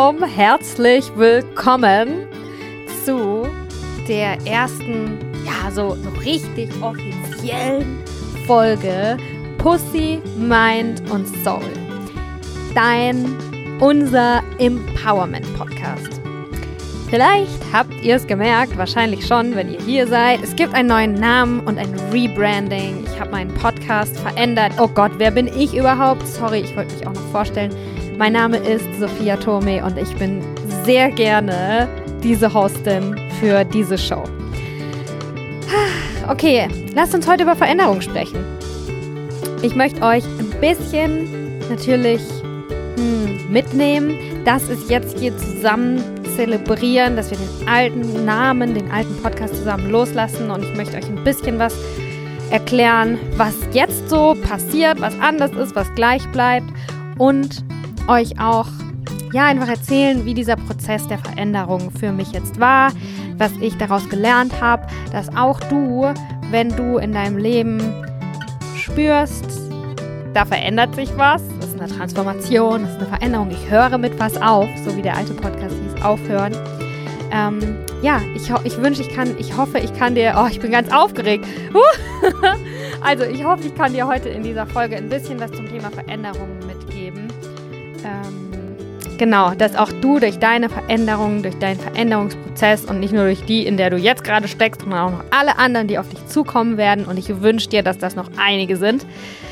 Shalom, herzlich willkommen zu der ersten, so richtig offiziellen Folge Pussy, Mind und Soul. Unser Empowerment-Podcast. Vielleicht habt ihr es gemerkt, wahrscheinlich schon, wenn ihr hier seid. Es gibt einen neuen Namen und ein Rebranding. Ich habe meinen Podcast verändert. Oh Gott, wer bin ich überhaupt? Sorry, ich wollte mich auch noch vorstellen. Mein Name ist Sophia Tome und ich bin sehr gerne diese Hostin für diese Show. Okay, lasst uns heute über Veränderung sprechen. Ich möchte euch ein bisschen natürlich mitnehmen, dass es jetzt hier zusammen zelebrieren, dass wir den alten Namen, den alten Podcast zusammen loslassen und ich möchte euch ein bisschen was erklären, was jetzt so passiert, was anders ist, was gleich bleibt und euch auch einfach erzählen, wie dieser Prozess der Veränderung für mich jetzt war, was ich daraus gelernt habe, dass auch du, wenn du in deinem Leben spürst, da verändert sich was, das ist eine Transformation, das ist eine Veränderung, ich höre mit was auf, so wie der alte Podcast hieß, aufhören. Ich hoffe, ich kann dir, ich bin ganz aufgeregt. Also ich hoffe, ich kann dir heute in dieser Folge ein bisschen was zum Thema Veränderung mitgeben. Genau, dass auch du durch deine Veränderung, durch deinen Veränderungsprozess und nicht nur durch die, in der du jetzt gerade steckst, sondern auch noch alle anderen, die auf dich zukommen werden und ich wünsche dir, dass das noch einige sind,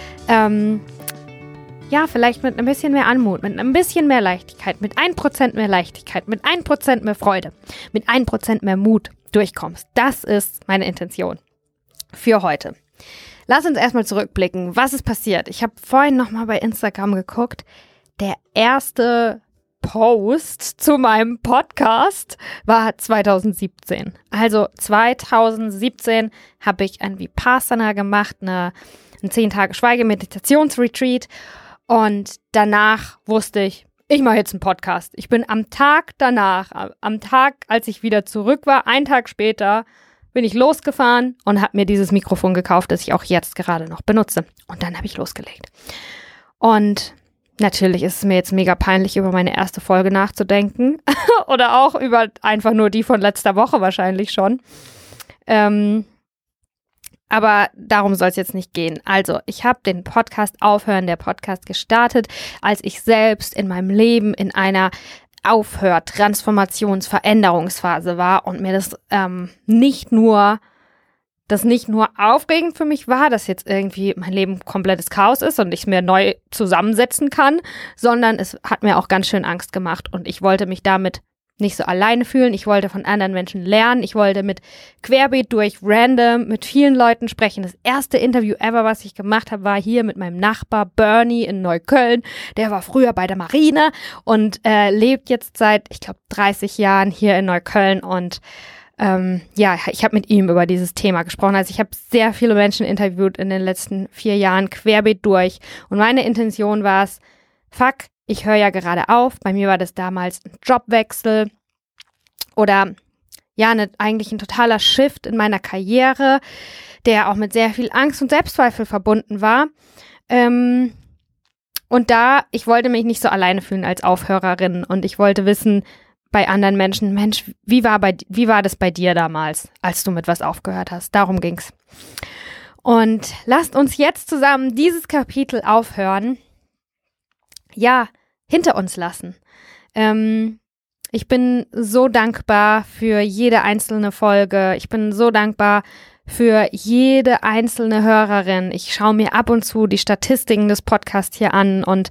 vielleicht mit ein bisschen mehr Anmut, mit ein bisschen mehr Leichtigkeit, mit 1% mehr Leichtigkeit, mit 1% mehr Freude, mit 1% mehr Mut durchkommst. Das ist meine Intention für heute. Lass uns erstmal zurückblicken, was ist passiert. Ich habe vorhin nochmal bei Instagram geguckt, der erste Post zu meinem Podcast war 2017. Also 2017 habe ich ein Vipassana gemacht, ein 10-Tage-Schweige-Meditationsretreat und danach wusste ich mache jetzt einen Podcast. Ich bin am Tag danach, am Tag, als ich wieder zurück war, einen Tag später, bin ich losgefahren und habe mir dieses Mikrofon gekauft, das ich auch jetzt gerade noch benutze. Und dann habe ich losgelegt. Und natürlich ist es mir jetzt mega peinlich, über meine erste Folge nachzudenken. Oder auch über einfach nur die von letzter Woche wahrscheinlich schon. Aber darum soll es jetzt nicht gehen. Also, ich habe den Podcast Aufhören, der Podcast gestartet, als ich selbst in meinem Leben in einer Transformations-, Veränderungsphase war und mir das nicht nur aufregend für mich war, dass jetzt irgendwie mein Leben komplettes Chaos ist und ich es mir neu zusammensetzen kann, sondern es hat mir auch ganz schön Angst gemacht und ich wollte mich damit nicht so alleine fühlen. Ich wollte von anderen Menschen lernen. Ich wollte mit querbeet durch random mit vielen Leuten sprechen. Das erste Interview ever, was ich gemacht habe, war hier mit meinem Nachbar Bernie in Neukölln. Der war früher bei der Marine und lebt jetzt seit, 30 Jahren hier in Neukölln und ich habe mit ihm über dieses Thema gesprochen. Also ich habe sehr viele Menschen interviewt in den letzten 4 Jahren, querbeet durch. Und meine Intention war es, ich höre ja gerade auf. Bei mir war das damals ein Jobwechsel oder eigentlich ein totaler Shift in meiner Karriere, der auch mit sehr viel Angst und Selbstzweifel verbunden war. Und ich wollte mich nicht so alleine fühlen als Aufhörerin und ich wollte wissen, bei anderen Menschen, Mensch, wie war das bei dir damals, als du mit was aufgehört hast? Darum ging's. Und lasst uns jetzt zusammen dieses Kapitel aufhören, hinter uns lassen. Ich bin so dankbar für jede einzelne Folge. Ich bin so dankbar für jede einzelne Hörerin. Ich schaue mir ab und zu die Statistiken des Podcasts hier an und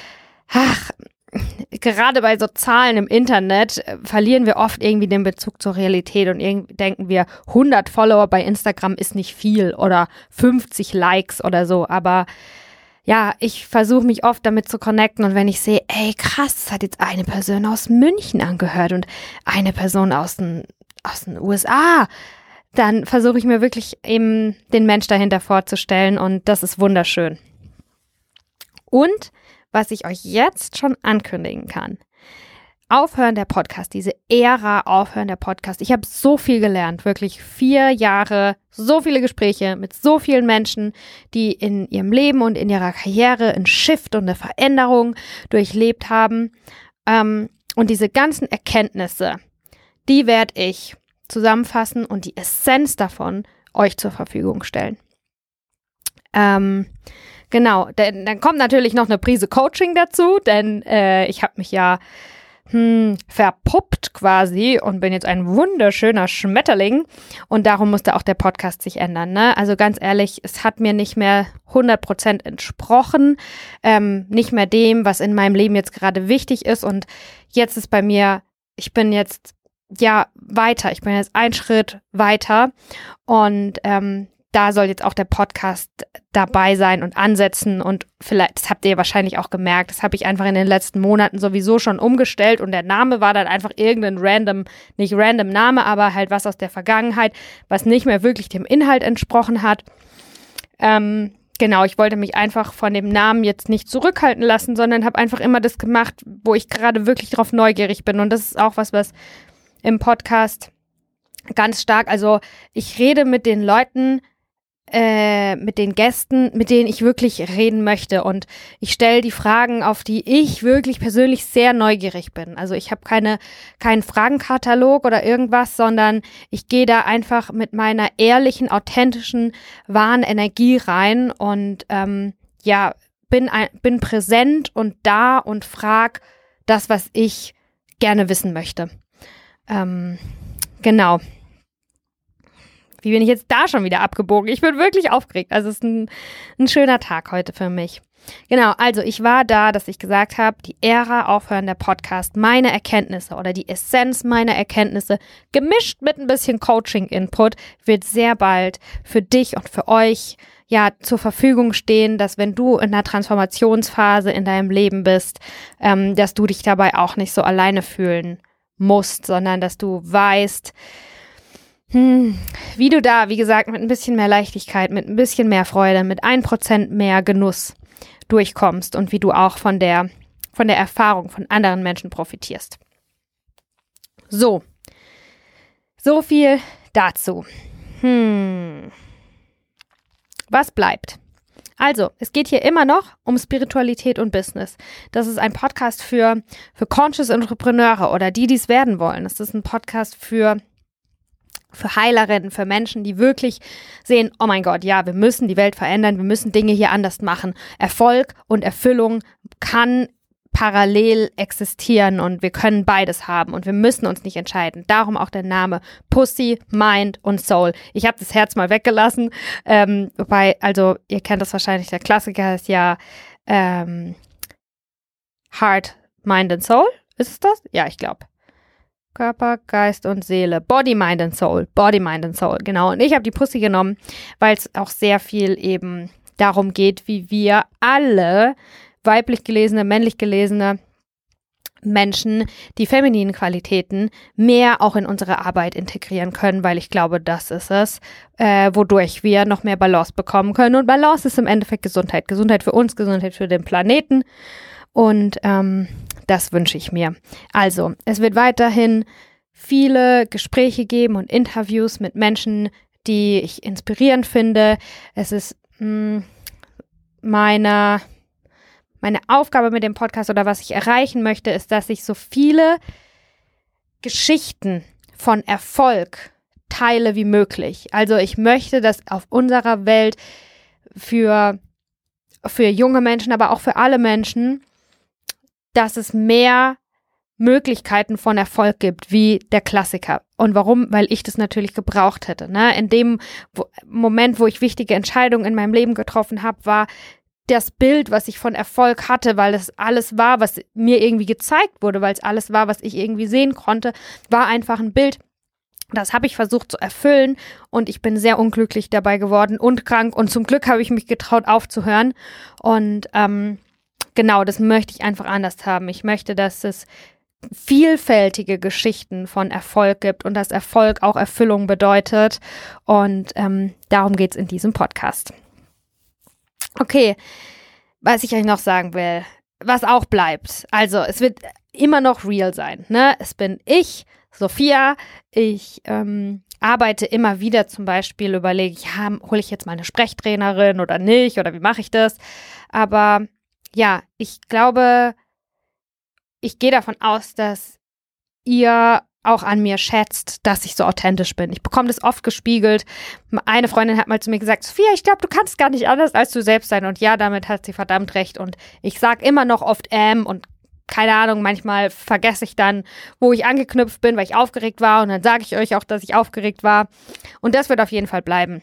gerade bei so Zahlen im Internet verlieren wir oft irgendwie den Bezug zur Realität und irgendwie denken wir, 100 Follower bei Instagram ist nicht viel oder 50 Likes oder so, aber ich versuche mich oft damit zu connecten und wenn ich sehe, ey krass, das hat jetzt eine Person aus München angehört und eine Person aus den USA, dann versuche ich mir wirklich eben den Mensch dahinter vorzustellen und das ist wunderschön. Und was ich euch jetzt schon ankündigen kann, Aufhören der Podcast, diese Ära Aufhören der Podcast. Ich habe so viel gelernt, wirklich 4 Jahre, so viele Gespräche mit so vielen Menschen, die in ihrem Leben und in ihrer Karriere einen Shift und eine Veränderung durchlebt haben. Und diese ganzen Erkenntnisse, die werde ich zusammenfassen und die Essenz davon euch zur Verfügung stellen. Genau, dann kommt natürlich noch eine Prise Coaching dazu, denn ich habe mich ja verpuppt quasi und bin jetzt ein wunderschöner Schmetterling und darum musste auch der Podcast sich ändern, ne? Also ganz ehrlich, es hat mir nicht mehr 100% entsprochen, nicht mehr dem, was in meinem Leben jetzt gerade wichtig ist und jetzt ist bei mir, ich bin jetzt weiter, ich bin jetzt einen Schritt weiter und da soll jetzt auch der Podcast dabei sein und ansetzen und vielleicht, das habt ihr wahrscheinlich auch gemerkt, das habe ich einfach in den letzten Monaten sowieso schon umgestellt und der Name war dann einfach irgendein nicht random Name, aber halt was aus der Vergangenheit, was nicht mehr wirklich dem Inhalt entsprochen hat. Genau, ich wollte mich einfach von dem Namen jetzt nicht zurückhalten lassen, sondern habe einfach immer das gemacht, wo ich gerade wirklich drauf neugierig bin und das ist auch was im Podcast ganz stark, also ich rede mit den Leuten, mit den Gästen, mit denen ich wirklich reden möchte und ich stelle die Fragen, auf die ich wirklich persönlich sehr neugierig bin. Also ich habe keinen Fragenkatalog oder irgendwas, sondern ich gehe da einfach mit meiner ehrlichen, authentischen, wahren Energie rein und bin präsent und da und frag das, was ich gerne wissen möchte. Genau. Wie bin ich jetzt da schon wieder abgebogen? Ich bin wirklich aufgeregt. Also es ist ein schöner Tag heute für mich. Genau, also ich war da, dass ich gesagt habe, die Ära aufhören der Podcast, meine Erkenntnisse oder die Essenz meiner Erkenntnisse, gemischt mit ein bisschen Coaching-Input, wird sehr bald für dich und für euch zur Verfügung stehen, dass wenn du in einer Transformationsphase in deinem Leben bist, dass du dich dabei auch nicht so alleine fühlen musst, sondern dass du weißt, wie du da, wie gesagt, mit ein bisschen mehr Leichtigkeit, mit ein bisschen mehr Freude, mit 1% mehr Genuss durchkommst und wie du auch von der Erfahrung von anderen Menschen profitierst. So viel dazu. Was bleibt? Also, es geht hier immer noch um Spiritualität und Business. Das ist ein Podcast für Conscious Entrepreneure oder die es werden wollen. Das ist ein Podcast für Heilerinnen, für Menschen, die wirklich sehen, oh mein Gott, ja, wir müssen die Welt verändern, wir müssen Dinge hier anders machen. Erfolg und Erfüllung kann parallel existieren und wir können beides haben und wir müssen uns nicht entscheiden. Darum auch der Name Pussy, Mind und Soul. Ich habe das Herz mal weggelassen, wobei, also ihr kennt das wahrscheinlich, der Klassiker ist ja Heart, Mind and Soul. Ist es das? Ja, ich glaube. Körper, Geist und Seele. Body, Mind and Soul. Body, Mind and Soul, genau. Und ich habe die Pussy genommen, weil es auch sehr viel eben darum geht, wie wir alle weiblich gelesene, männlich gelesene Menschen die femininen Qualitäten mehr auch in unsere Arbeit integrieren können, weil ich glaube, das ist es, wodurch wir noch mehr Balance bekommen können. Und Balance ist im Endeffekt Gesundheit. Gesundheit für uns, Gesundheit für den Planeten. Und das wünsche ich mir. Also, es wird weiterhin viele Gespräche geben und Interviews mit Menschen, die ich inspirierend finde. Es ist meine Aufgabe mit dem Podcast oder was ich erreichen möchte, ist, dass ich so viele Geschichten von Erfolg teile wie möglich. Also ich möchte, dass auf unserer Welt für junge Menschen, aber auch für alle Menschen, dass es mehr Möglichkeiten von Erfolg gibt, wie der Klassiker. Und warum? Weil ich das natürlich gebraucht hätte. Ne? In dem Moment, wo ich wichtige Entscheidungen in meinem Leben getroffen habe, war das Bild, was ich von Erfolg hatte, weil das alles war, was mir irgendwie gezeigt wurde, weil es alles war, was ich irgendwie sehen konnte, war einfach ein Bild. Das habe ich versucht zu erfüllen und ich bin sehr unglücklich dabei geworden und krank und zum Glück habe ich mich getraut aufzuhören und genau, das möchte ich einfach anders haben. Ich möchte, dass es vielfältige Geschichten von Erfolg gibt und dass Erfolg auch Erfüllung bedeutet. Und darum geht es in diesem Podcast. Okay, was ich euch noch sagen will, was auch bleibt. Also es wird immer noch real sein. Ne? Es bin ich, Sophia. Ich arbeite immer wieder zum Beispiel, überlege ich, hole ich jetzt mal eine Sprechtrainerin oder nicht oder wie mache ich das? Aber ja, ich glaube, ich gehe davon aus, dass ihr auch an mir schätzt, dass ich so authentisch bin. Ich bekomme das oft gespiegelt. Eine Freundin hat mal zu mir gesagt, Sophia, ich glaube, du kannst gar nicht anders als du selbst sein. Und ja, damit hat sie verdammt recht. Und ich sage immer noch oft und keine Ahnung, manchmal vergesse ich dann, wo ich angeknüpft bin, weil ich aufgeregt war. Und dann sage ich euch auch, dass ich aufgeregt war. Und das wird auf jeden Fall bleiben.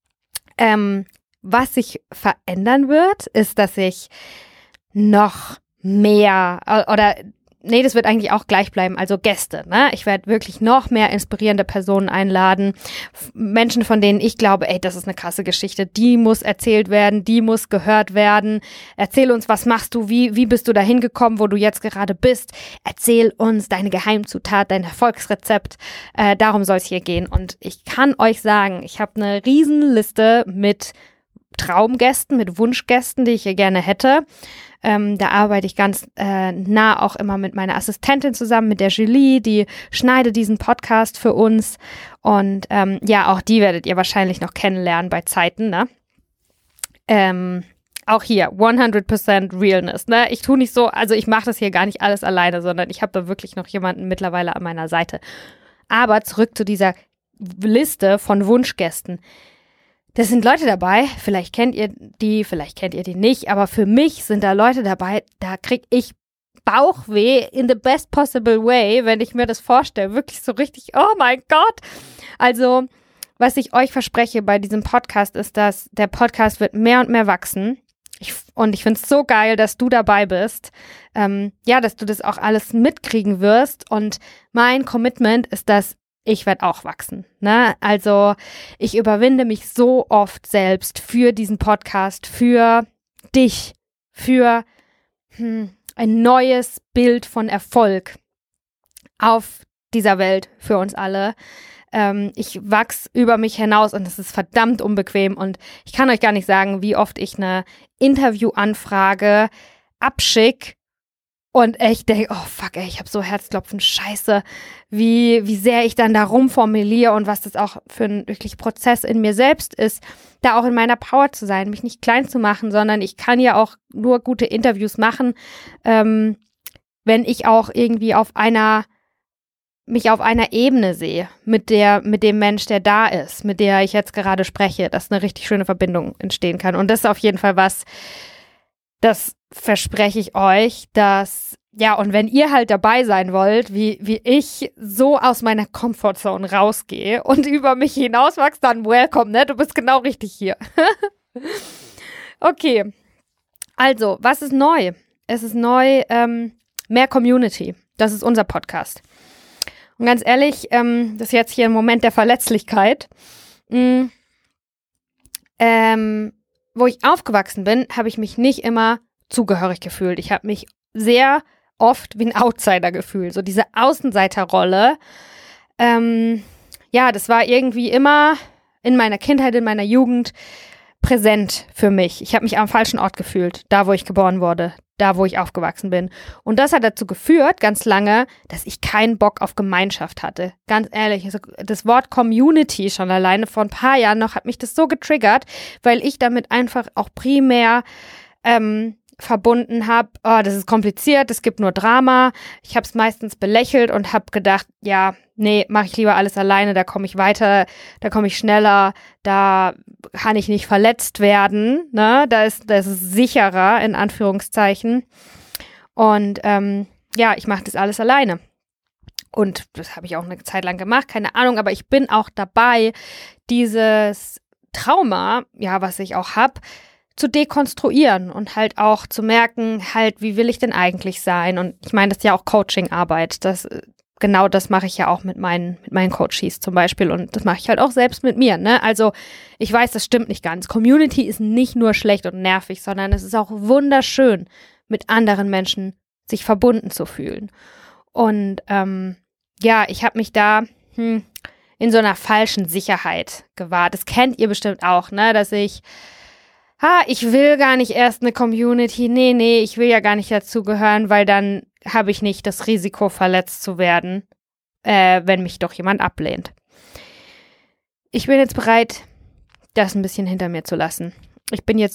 Was sich verändern wird, ist, dass ich noch mehr das wird eigentlich auch gleich bleiben, also Gäste, ne? Ich werde wirklich noch mehr inspirierende Personen einladen, Menschen, von denen ich glaube, das ist eine krasse Geschichte, die muss erzählt werden, die muss gehört werden. Erzähl uns, was machst du, wie bist du da hingekommen, wo du jetzt gerade bist? Erzähl uns deine Geheimzutat, dein Erfolgsrezept, darum soll es hier gehen. Und ich kann euch sagen, ich habe eine Riesenliste mit Traumgästen, mit Wunschgästen, die ich hier gerne hätte. Da arbeite ich ganz nah auch immer mit meiner Assistentin zusammen, mit der Julie, die schneidet diesen Podcast für uns. Und auch die werdet ihr wahrscheinlich noch kennenlernen bei Zeiten, ne? Auch hier 100% Realness, ne? Ich tue nicht so, also ich mache das hier gar nicht alles alleine, sondern ich habe da wirklich noch jemanden mittlerweile an meiner Seite. Aber zurück zu dieser Liste von Wunschgästen. Das sind Leute dabei, vielleicht kennt ihr die nicht, aber für mich sind da Leute dabei, da kriege ich Bauchweh in the best possible way, wenn ich mir das vorstelle. Wirklich so richtig, oh mein Gott. Also, was ich euch verspreche bei diesem Podcast ist, dass der Podcast wird mehr und mehr wachsen. Und ich finde es so geil, dass du dabei bist. Dass du das auch alles mitkriegen wirst. Und mein Commitment ist, dass ich werde auch wachsen, ne? Also ich überwinde mich so oft selbst für diesen Podcast, für dich, für ein neues Bild von Erfolg auf dieser Welt für uns alle. Ich wachse über mich hinaus und es ist verdammt unbequem und ich kann euch gar nicht sagen, wie oft ich eine Interviewanfrage abschicke. Und ich denke, oh fuck, ich habe so Herzklopfen, scheiße, wie sehr ich dann da rumformuliere und was das auch für ein wirklich Prozess in mir selbst ist, da auch in meiner Power zu sein, mich nicht klein zu machen, sondern ich kann ja auch nur gute Interviews machen, wenn ich auch irgendwie mich auf einer Ebene sehe mit dem Mensch, der da ist, mit der ich jetzt gerade spreche, dass eine richtig schöne Verbindung entstehen kann. Und das ist auf jeden Fall was, das verspreche ich euch, dass, und wenn ihr halt dabei sein wollt, wie ich so aus meiner Comfortzone rausgehe und über mich hinauswachse, dann welcome, ne? Du bist genau richtig hier. Okay, also, was ist neu? Es ist neu, mehr Community. Das ist unser Podcast. Und ganz ehrlich, das ist jetzt hier ein Moment der Verletzlichkeit. Wo ich aufgewachsen bin, habe ich mich nicht immer zugehörig gefühlt. Ich habe mich sehr oft wie ein Outsider gefühlt. So diese Außenseiterrolle. Das war irgendwie immer in meiner Kindheit, in meiner Jugend präsent für mich. Ich habe mich am falschen Ort gefühlt, da wo ich geboren wurde, da wo ich aufgewachsen bin. Und das hat dazu geführt, ganz lange, dass ich keinen Bock auf Gemeinschaft hatte. Ganz ehrlich, also das Wort Community schon alleine vor ein paar Jahren noch hat mich das so getriggert, weil ich damit einfach auch primär verbunden habe, das ist kompliziert, es gibt nur Drama. Ich habe es meistens belächelt und habe gedacht, mache ich lieber alles alleine, da komme ich weiter, da komme ich schneller, da kann ich nicht verletzt werden, ne? Da ist es sicherer, in Anführungszeichen. Und ich mache das alles alleine. Und das habe ich auch eine Zeit lang gemacht, keine Ahnung, aber ich bin auch dabei, dieses Trauma, was ich auch habe, zu dekonstruieren und halt auch zu merken, halt, wie will ich denn eigentlich sein? Und ich meine, das ist ja auch Coaching-Arbeit. Genau das mache ich ja auch mit meinen Coaches zum Beispiel und das mache ich halt auch selbst mit mir, ne? Also ich weiß, das stimmt nicht ganz. Community ist nicht nur schlecht und nervig, sondern es ist auch wunderschön, mit anderen Menschen sich verbunden zu fühlen. Und ich habe mich da in so einer falschen Sicherheit gewahrt. Das kennt ihr bestimmt auch, ne? Dass ich will gar nicht erst eine Community. Nee, ich will ja gar nicht dazugehören, weil dann habe ich nicht das Risiko, verletzt zu werden, wenn mich doch jemand ablehnt. Ich bin jetzt bereit, das ein bisschen hinter mir zu lassen. Ich bin jetzt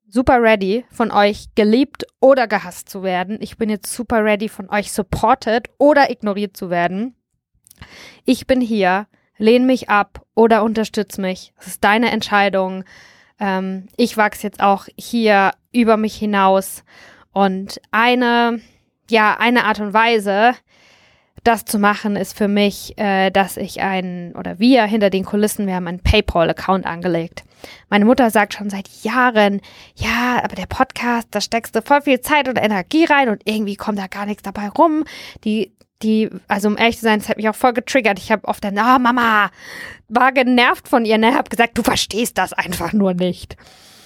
super ready, von euch geliebt oder gehasst zu werden. Ich bin jetzt super ready, von euch supported oder ignoriert zu werden. Ich bin hier, lehn mich ab oder unterstütz mich. Das ist deine Entscheidung. Ich wachse jetzt auch hier über mich hinaus. Und eine Art und Weise, das zu machen, ist für mich, dass wir hinter den Kulissen, wir haben einen PayPal-Account angelegt. Meine Mutter sagt schon seit Jahren, ja, aber der Podcast, da steckst du voll viel Zeit und Energie rein und irgendwie kommt da gar nichts dabei rum. Also um ehrlich zu sein, das hat mich auch voll getriggert. Ich habe oft dann, Mama, war genervt von ihr, ne, habe gesagt, du verstehst das einfach nur nicht.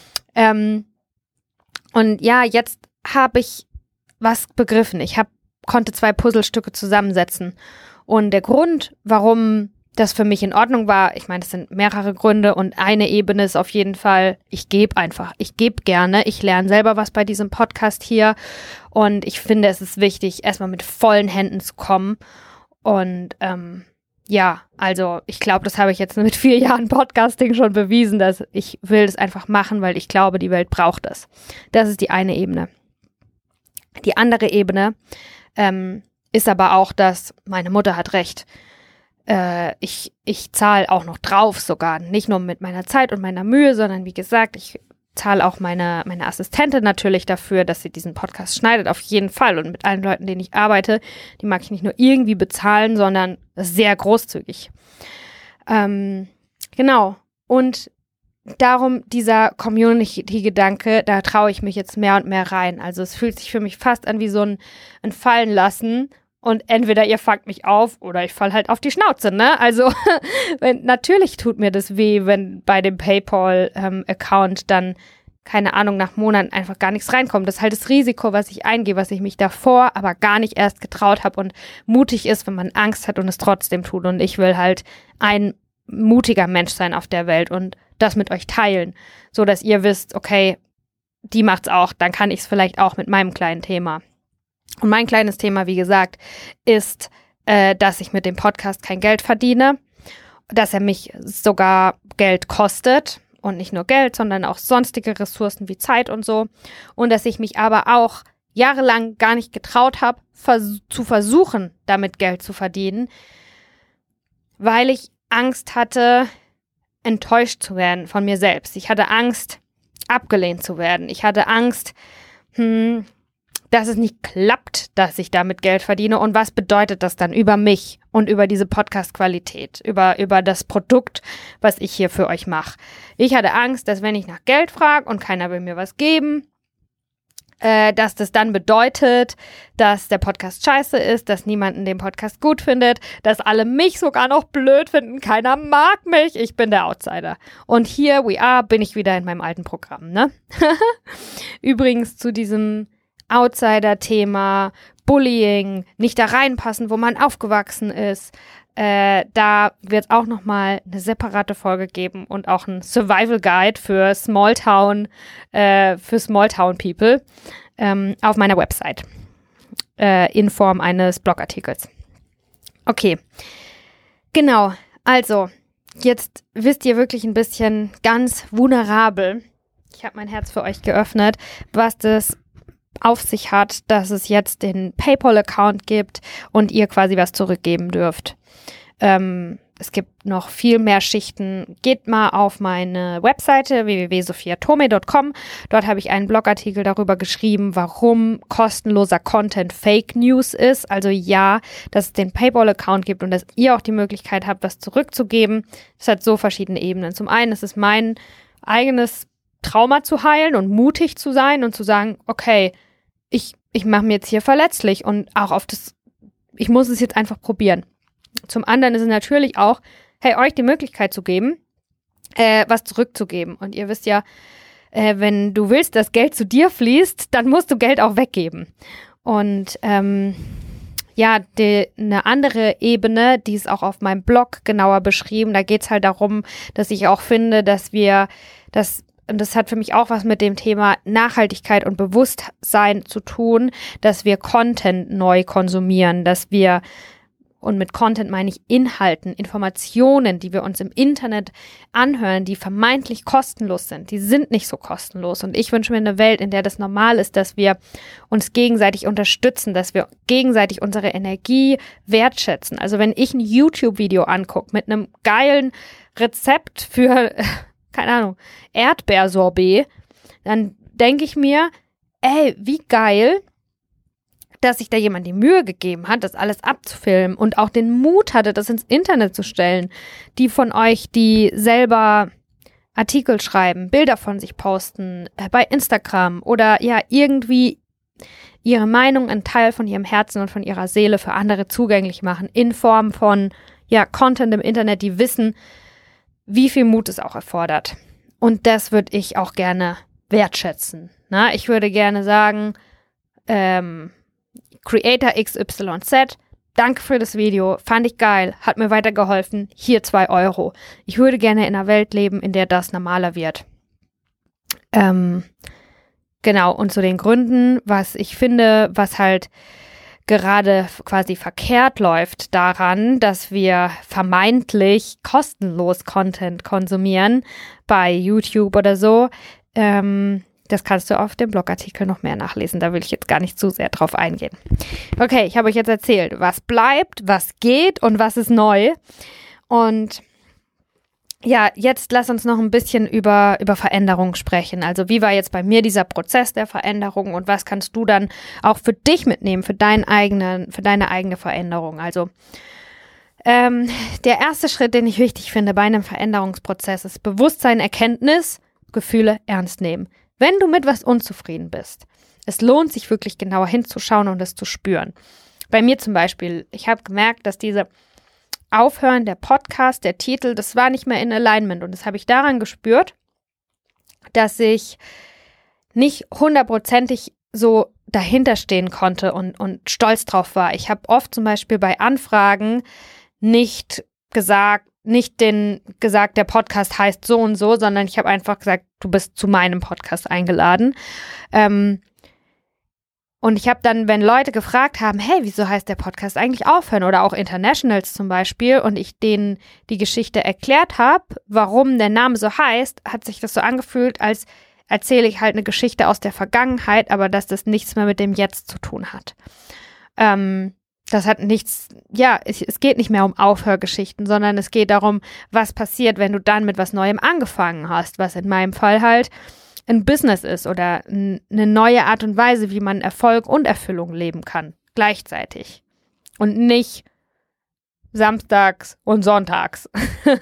Und ja, jetzt habe ich was begriffen. Ich konnte 2 Puzzlestücke zusammensetzen. Und der Grund, warum das für mich in Ordnung war, ich meine, es sind mehrere Gründe und eine Ebene ist auf jeden Fall, ich gebe gerne, ich lerne selber was bei diesem Podcast hier und ich finde, es ist wichtig, erstmal mit vollen Händen zu kommen und also ich glaube, das habe ich jetzt mit 4 Jahren Podcasting schon bewiesen, dass ich will das einfach machen, weil ich glaube, die Welt braucht es. Das ist die eine Ebene. Die andere Ebene ist aber auch, dass meine Mutter hat recht. Ich zahle auch noch drauf sogar, nicht nur mit meiner Zeit und meiner Mühe, sondern wie gesagt, ich zahle auch meine Assistentin natürlich dafür, dass sie diesen Podcast schneidet, auf jeden Fall. Und mit allen Leuten, denen ich arbeite, die mag ich nicht nur irgendwie bezahlen, sondern sehr großzügig. Genau. Und darum dieser Community-Gedanke, da traue ich mich jetzt mehr und mehr rein. Also es fühlt sich für mich fast an wie so ein Fallenlassen. Und entweder ihr fangt mich auf oder ich falle halt auf die Schnauze, ne? Also natürlich tut mir das weh, wenn bei dem PayPal-Account dann, keine Ahnung, nach Monaten einfach gar nichts reinkommt. Das ist halt das Risiko, was ich eingehe, was ich mich davor aber gar nicht erst getraut habe und mutig ist, wenn man Angst hat und es trotzdem tut. Und ich will halt ein mutiger Mensch sein auf der Welt und das mit euch teilen, so dass ihr wisst, okay, die macht's auch, dann kann ich es vielleicht auch mit meinem kleinen Thema. Und mein kleines Thema, wie gesagt, ist, dass ich mit dem Podcast kein Geld verdiene, dass er mich sogar Geld kostet und nicht nur Geld, sondern auch sonstige Ressourcen wie Zeit und so. Und dass ich mich aber auch jahrelang gar nicht getraut habe, zu versuchen, damit Geld zu verdienen, weil ich Angst hatte, enttäuscht zu werden von mir selbst. Ich hatte Angst, abgelehnt zu werden. Ich hatte Angst, dass es nicht klappt, dass ich damit Geld verdiene und was bedeutet das dann über mich und über diese Podcast-Qualität, über das Produkt, was ich hier für euch mache. Ich hatte Angst, dass wenn ich nach Geld frage und keiner will mir was geben, dass das dann bedeutet, dass der Podcast scheiße ist, dass niemand den Podcast gut findet, dass alle mich sogar noch blöd finden, keiner mag mich, ich bin der Outsider. Und here we are, bin ich wieder in meinem alten Programm, ne? Übrigens zu diesem Outsider-Thema, Bullying, nicht da reinpassen, wo man aufgewachsen ist. Da wird es auch nochmal eine separate Folge geben und auch ein Survival Guide für Smalltown People auf meiner Website in Form eines Blogartikels. Okay, genau. Also, jetzt wisst ihr wirklich ein bisschen ganz vulnerabel. Ich habe mein Herz für euch geöffnet, was das auf sich hat, dass es jetzt den PayPal-Account gibt und ihr quasi was zurückgeben dürft. Es gibt noch viel mehr Schichten. Geht mal auf meine Webseite www.sophiatome.com. Dort habe ich einen Blogartikel darüber geschrieben, warum kostenloser Content Fake News ist. Also ja, dass es den PayPal-Account gibt und dass ihr auch die Möglichkeit habt, was zurückzugeben. Das hat so verschiedene Ebenen. Zum einen ist es mein eigenes Trauma zu heilen und mutig zu sein und zu sagen, okay, ich mache mir jetzt hier verletzlich und auch ich muss es jetzt einfach probieren. Zum anderen ist es natürlich auch, euch die Möglichkeit zu geben, was zurückzugeben. Und ihr wisst ja, wenn du willst, dass Geld zu dir fließt, dann musst du Geld auch weggeben. Und eine andere Ebene, die ist auch auf meinem Blog genauer beschrieben, da geht es halt darum, dass ich auch finde, und das hat für mich auch was mit dem Thema Nachhaltigkeit und Bewusstsein zu tun, dass wir Content neu konsumieren, dass wir und mit Content meine ich Inhalten, Informationen, die wir uns im Internet anhören, die vermeintlich kostenlos sind. Die sind nicht so kostenlos. Und ich wünsche mir eine Welt, in der das normal ist, dass wir uns gegenseitig unterstützen, dass wir gegenseitig unsere Energie wertschätzen. Also wenn ich ein YouTube-Video angucke mit einem geilen Rezept für, keine Ahnung, Erdbeersorbet, dann denke ich mir, ey, wie geil, dass sich da jemand die Mühe gegeben hat, das alles abzufilmen und auch den Mut hatte, das ins Internet zu stellen. Die von euch, die selber Artikel schreiben, Bilder von sich posten, bei Instagram oder ja irgendwie ihre Meinung, einen Teil von ihrem Herzen und von ihrer Seele für andere zugänglich machen, in Form von ja Content im Internet, die wissen, wie viel Mut es auch erfordert. Und das würde ich auch gerne wertschätzen. Na, ich würde gerne sagen, Creator XYZ, danke für das Video, fand ich geil, hat mir weitergeholfen, hier 2 Euro. Ich würde gerne in einer Welt leben, in der das normaler wird. Genau, und zu den Gründen, was ich finde, was halt gerade quasi verkehrt läuft daran, dass wir vermeintlich kostenlos Content konsumieren bei YouTube oder so, das kannst du auf dem Blogartikel noch mehr nachlesen. Da will ich jetzt gar nicht zu sehr drauf eingehen. Okay, ich habe euch jetzt erzählt, was bleibt, was geht und was ist neu. Und ja, jetzt lass uns noch ein bisschen über Veränderung sprechen. Also wie war jetzt bei mir dieser Prozess der Veränderung und was kannst du dann auch für dich mitnehmen, für deine eigene Veränderung? Also der erste Schritt, den ich wichtig finde bei einem Veränderungsprozess, ist Bewusstsein, Erkenntnis, Gefühle ernst nehmen. Wenn du mit was unzufrieden bist, es lohnt sich wirklich genauer hinzuschauen und es zu spüren. Bei mir zum Beispiel, ich habe gemerkt, dass diese Aufhören, der Podcast, der Titel, das war nicht mehr in Alignment und das habe ich daran gespürt, dass ich nicht 100%ig so dahinter stehen konnte und stolz drauf war. Ich habe oft zum Beispiel bei Anfragen nicht gesagt, der Podcast heißt so und so, sondern ich habe einfach gesagt, du bist zu meinem Podcast eingeladen. Und ich habe dann, wenn Leute gefragt haben, hey, wieso heißt der Podcast eigentlich Aufhören? Oder auch Internationals zum Beispiel, und ich denen die Geschichte erklärt habe, warum der Name so heißt, hat sich das so angefühlt, als erzähle ich halt eine Geschichte aus der Vergangenheit, aber dass das nichts mehr mit dem Jetzt zu tun hat. Das hat nichts, ja, es geht nicht mehr um Aufhörgeschichten, sondern es geht darum, was passiert, wenn du dann mit was Neuem angefangen hast, was in meinem Fall halt ein Business ist oder eine neue Art und Weise, wie man Erfolg und Erfüllung leben kann, gleichzeitig. Und nicht samstags und sonntags.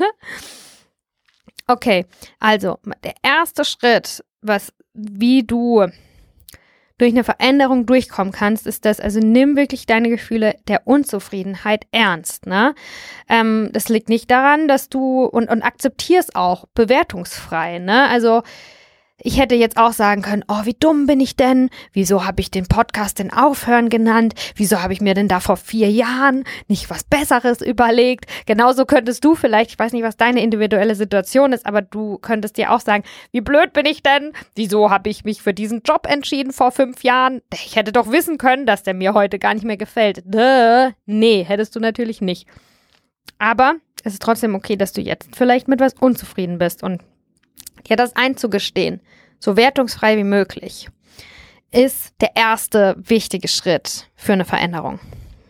Okay, also der erste Schritt, wie du durch eine Veränderung durchkommen kannst, ist das, also nimm wirklich deine Gefühle der Unzufriedenheit ernst, ne? Das liegt nicht daran, dass du, und akzeptier's auch, bewertungsfrei, ne? Also ich hätte jetzt auch sagen können, oh, wie dumm bin ich denn? Wieso habe ich den Podcast denn Aufhören genannt? Wieso habe ich mir denn da vor 4 Jahren nicht was Besseres überlegt? Genauso könntest du vielleicht, ich weiß nicht, was deine individuelle Situation ist, aber du könntest dir auch sagen, wie blöd bin ich denn? Wieso habe ich mich für diesen Job entschieden vor 5 Jahren? Ich hätte doch wissen können, dass der mir heute gar nicht mehr gefällt. Nee, hättest du natürlich nicht. Aber es ist trotzdem okay, dass du jetzt vielleicht mit was unzufrieden bist und ja, das einzugestehen, so wertungsfrei wie möglich, ist der erste wichtige Schritt für eine Veränderung.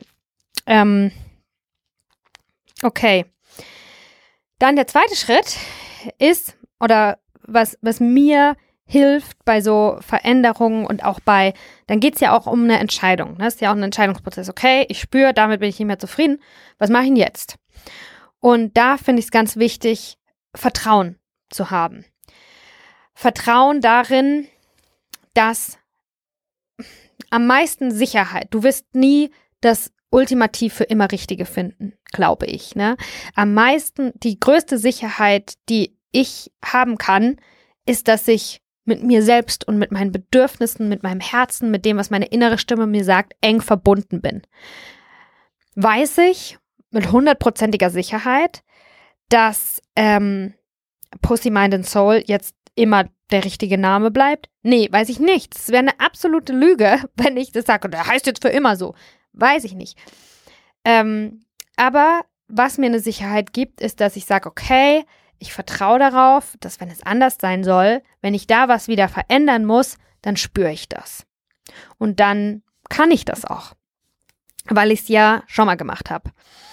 Okay. Dann der zweite Schritt ist, oder was mir hilft bei so Veränderungen und auch dann geht es ja auch um eine Entscheidung. Ne? Das ist ja auch ein Entscheidungsprozess. Okay, ich spüre, damit bin ich nicht mehr zufrieden. Was mache ich denn jetzt? Und da finde ich es ganz wichtig, Vertrauen zu haben. Vertrauen darin, dass am meisten Sicherheit, du wirst nie das ultimativ für immer Richtige finden, glaube ich. Ne? Am meisten, die größte Sicherheit, die ich haben kann, ist, dass ich mit mir selbst und mit meinen Bedürfnissen, mit meinem Herzen, mit dem, was meine innere Stimme mir sagt, eng verbunden bin. Weiß ich mit 100%iger Sicherheit, dass Pussy, Mind and Soul jetzt immer der richtige Name bleibt? Nee, weiß ich nicht. Es wäre eine absolute Lüge, wenn ich das sage, der heißt jetzt für immer so. Weiß ich nicht. Aber was mir eine Sicherheit gibt, ist, dass ich sage, okay, ich vertraue darauf, dass wenn es anders sein soll, wenn ich da was wieder verändern muss, dann spüre ich das. Und dann kann ich das auch, weil ich es ja schon mal gemacht habe.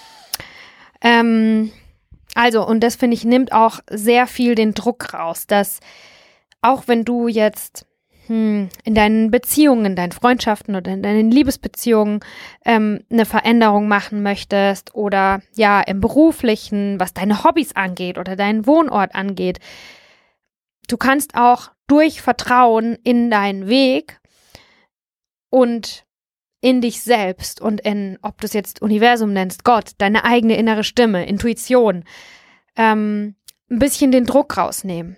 Und das finde ich, nimmt auch sehr viel den Druck raus, dass auch wenn du jetzt in deinen Beziehungen, in deinen Freundschaften oder in deinen Liebesbeziehungen eine Veränderung machen möchtest oder ja im Beruflichen, was deine Hobbys angeht oder deinen Wohnort angeht, du kannst auch durch Vertrauen in deinen Weg und in dich selbst und in, ob du es jetzt Universum nennst, Gott, deine eigene innere Stimme, Intuition, ein bisschen den Druck rausnehmen.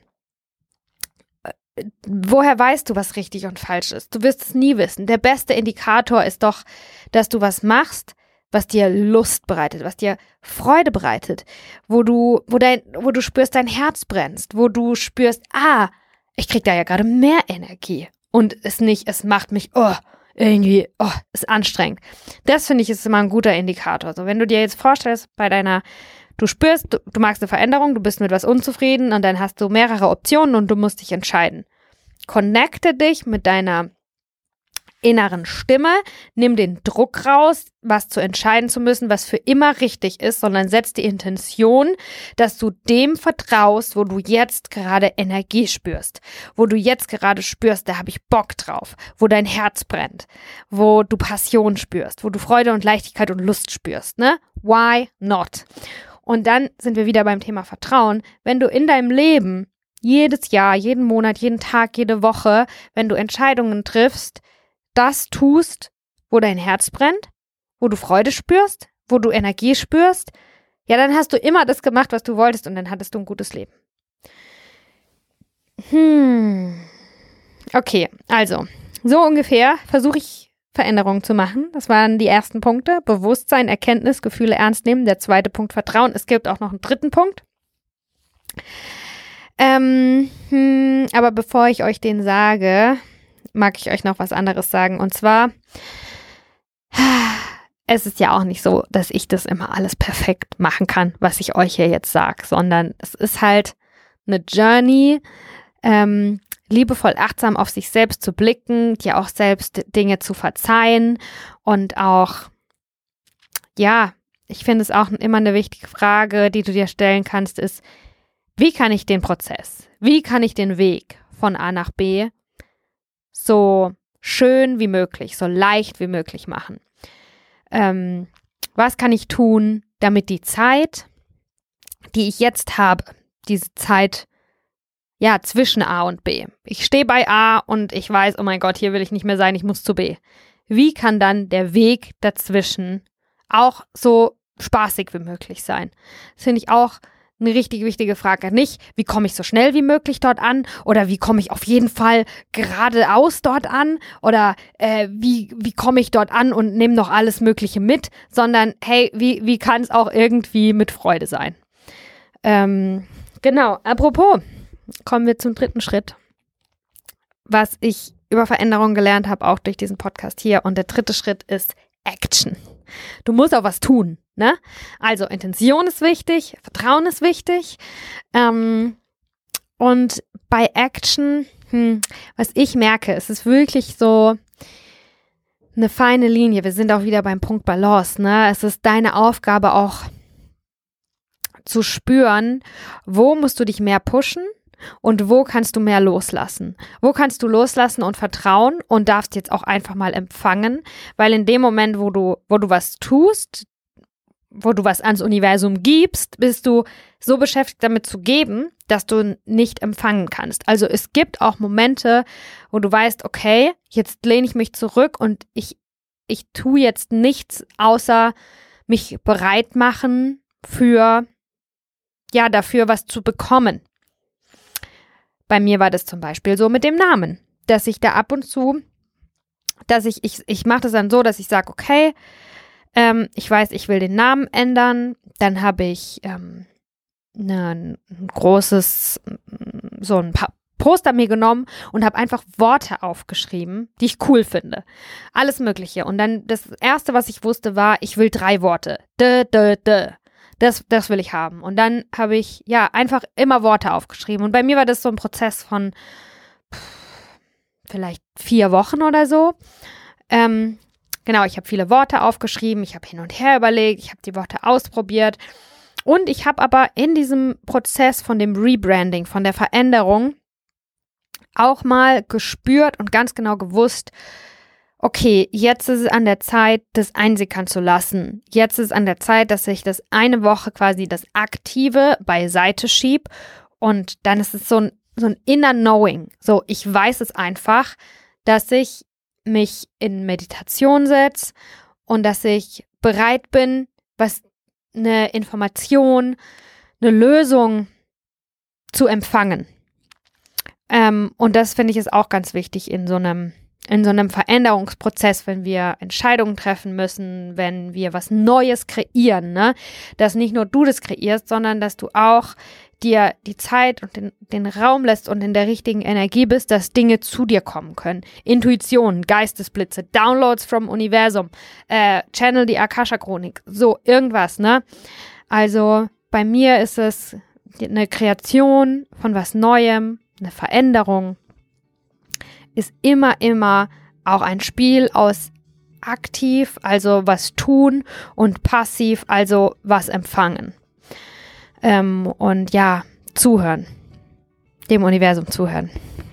Woher weißt du, was richtig und falsch ist? Du wirst es nie wissen. Der beste Indikator ist doch, dass du was machst, was dir Lust bereitet, was dir Freude bereitet, wo du spürst, dein Herz brennst, wo du spürst, ich krieg da ja gerade mehr Energie und es macht mich, ist anstrengend. Das finde ich ist immer ein guter Indikator. Also wenn du dir jetzt vorstellst, du spürst, du magst eine Veränderung, du bist mit was unzufrieden und dann hast du mehrere Optionen und du musst dich entscheiden. Connecte dich mit deiner inneren Stimme, nimm den Druck raus, was zu entscheiden zu müssen, was für immer richtig ist, sondern setz die Intention, dass du dem vertraust, wo du jetzt gerade Energie spürst, wo du jetzt gerade spürst, da habe ich Bock drauf, wo dein Herz brennt, wo du Passion spürst, wo du Freude und Leichtigkeit und Lust spürst, ne? Why not? Und dann sind wir wieder beim Thema Vertrauen. Wenn du in deinem Leben jedes Jahr, jeden Monat, jeden Tag, jede Woche, wenn du Entscheidungen triffst, das tust, wo dein Herz brennt, wo du Freude spürst, wo du Energie spürst, ja, dann hast du immer das gemacht, was du wolltest und dann hattest du ein gutes Leben. Okay, also, so ungefähr versuche ich Veränderungen zu machen. Das waren die ersten Punkte. Bewusstsein, Erkenntnis, Gefühle ernst nehmen. Der zweite Punkt, Vertrauen. Es gibt auch noch einen dritten Punkt. Aber bevor ich euch den sage, mag ich euch noch was anderes sagen. Und zwar, es ist ja auch nicht so, dass ich das immer alles perfekt machen kann, was ich euch hier jetzt sage, sondern es ist halt eine Journey, liebevoll achtsam auf sich selbst zu blicken, dir auch selbst Dinge zu verzeihen und auch, ja, ich finde es auch immer eine wichtige Frage, die du dir stellen kannst, ist, wie kann ich den Prozess, wie kann ich den Weg von A nach B so schön wie möglich, so leicht wie möglich machen? Was kann ich tun, damit die Zeit, die ich jetzt habe, diese Zeit ja, zwischen A und B. Ich stehe bei A und ich weiß, oh mein Gott, hier will ich nicht mehr sein, ich muss zu B. Wie kann dann der Weg dazwischen auch so spaßig wie möglich sein? Das finde ich auch eine richtig wichtige Frage. Nicht, wie komme ich so schnell wie möglich dort an oder wie komme ich auf jeden Fall geradeaus dort an oder wie komme ich dort an und nehme noch alles Mögliche mit, sondern hey, wie kann es auch irgendwie mit Freude sein? Genau, apropos, kommen wir zum dritten Schritt, was ich über Veränderung gelernt habe, auch durch diesen Podcast hier. Und der dritte Schritt ist Action. Du musst auch was tun, ne? Also Intention ist wichtig, Vertrauen ist wichtig. Und bei Action, was ich merke, es ist wirklich so eine feine Linie. Wir sind auch wieder beim Punkt Balance, ne? Es ist deine Aufgabe auch zu spüren, wo musst du dich mehr pushen und wo kannst du mehr loslassen? Wo kannst du loslassen und vertrauen und darfst jetzt auch einfach mal empfangen? Weil in dem Moment, wo du was tust, wo du was ans Universum gibst, bist du so beschäftigt damit zu geben, dass du nicht empfangen kannst. Also es gibt auch Momente, wo du weißt, okay, jetzt lehne ich mich zurück und ich tue jetzt nichts, außer mich bereit machen dafür was zu bekommen. Bei mir war das zum Beispiel so mit dem Namen, dass ich da ab und zu, dass ich mache das dann so, dass ich sage, okay, ich weiß, ich will den Namen ändern, dann habe ich ein großes, so ein Poster mir genommen und habe einfach Worte aufgeschrieben, die ich cool finde. Alles Mögliche. Und dann das Erste, was ich wusste, war, ich will 3 Worte. Das will ich haben. Und dann habe ich einfach immer Worte aufgeschrieben. Und bei mir war das so ein Prozess von vielleicht 4 Wochen oder so. Genau, ich habe viele Worte aufgeschrieben, ich habe hin und her überlegt, ich habe die Worte ausprobiert und ich habe aber in diesem Prozess von dem Rebranding, von der Veränderung auch mal gespürt und ganz genau gewusst, okay, jetzt ist es an der Zeit, das einsickern zu lassen. Jetzt ist es an der Zeit, dass ich das eine Woche quasi das Aktive beiseite schiebe und dann ist es so ein inner Knowing. So, ich weiß es einfach, dass ich mich in Meditation setze und dass ich bereit bin, was eine Information, eine Lösung zu empfangen. Und das finde ich ist auch ganz wichtig in so einem Veränderungsprozess, wenn wir Entscheidungen treffen müssen, wenn wir was Neues kreieren, ne? Dass nicht nur du das kreierst, sondern dass du auch dir die Zeit und den Raum lässt und in der richtigen Energie bist, dass Dinge zu dir kommen können. Intuition, Geistesblitze, Downloads vom Universum, Channel die Akasha-Chronik, so irgendwas, ne? Also bei mir ist es eine Kreation von was Neuem, eine Veränderung, ist immer auch ein Spiel aus aktiv, also was tun, und passiv, also was empfangen. Und zuhören. Dem Universum zuhören.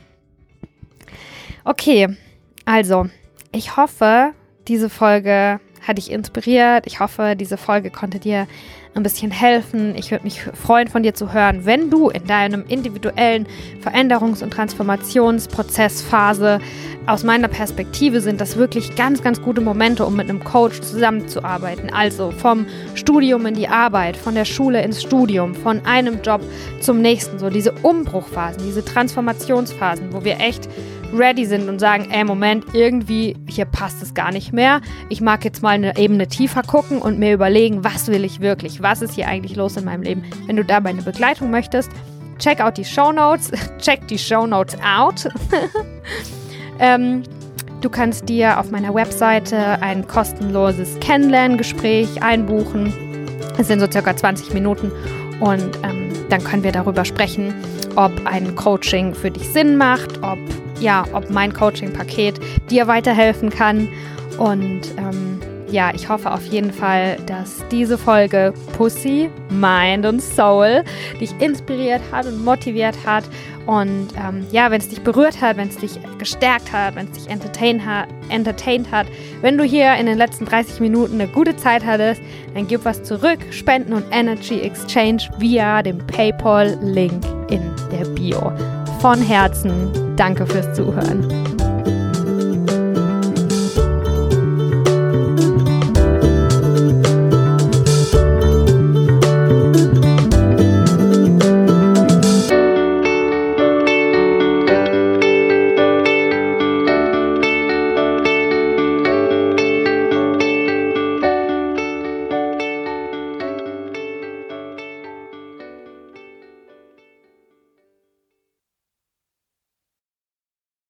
Okay, also ich hoffe, diese Folge hat dich inspiriert. Ich hoffe, diese Folge konnte dir ein bisschen helfen. Ich würde mich freuen, von dir zu hören, wenn du in deinem individuellen Veränderungs- und Transformationsprozessphase, aus meiner Perspektive sind das wirklich ganz, ganz gute Momente, um mit einem Coach zusammenzuarbeiten. Also vom Studium in die Arbeit, von der Schule ins Studium, von einem Job zum nächsten. So diese Umbruchphasen, diese Transformationsphasen, wo wir echt ready sind und sagen, Moment, irgendwie, hier passt es gar nicht mehr. Ich mag jetzt mal eine Ebene tiefer gucken und mir überlegen, was will ich wirklich? Was ist hier eigentlich los in meinem Leben? Wenn du dabei eine Begleitung möchtest, check out die Shownotes. Check die Shownotes out. Du kannst dir auf meiner Webseite ein kostenloses Kennenlerngespräch einbuchen. Es sind so circa 20 Minuten und dann können wir darüber sprechen, ob ein Coaching für dich Sinn macht, ob mein Coaching-Paket dir weiterhelfen kann. Und ich hoffe auf jeden Fall, dass diese Folge Pussy, Mind und Soul dich inspiriert hat und motiviert hat. Und wenn es dich berührt hat, wenn es dich gestärkt hat, wenn es dich entertained hat, wenn du hier in den letzten 30 Minuten eine gute Zeit hattest, dann gib was zurück, Spenden und Energy Exchange via dem PayPal-Link in der Bio. Von Herzen, danke fürs Zuhören.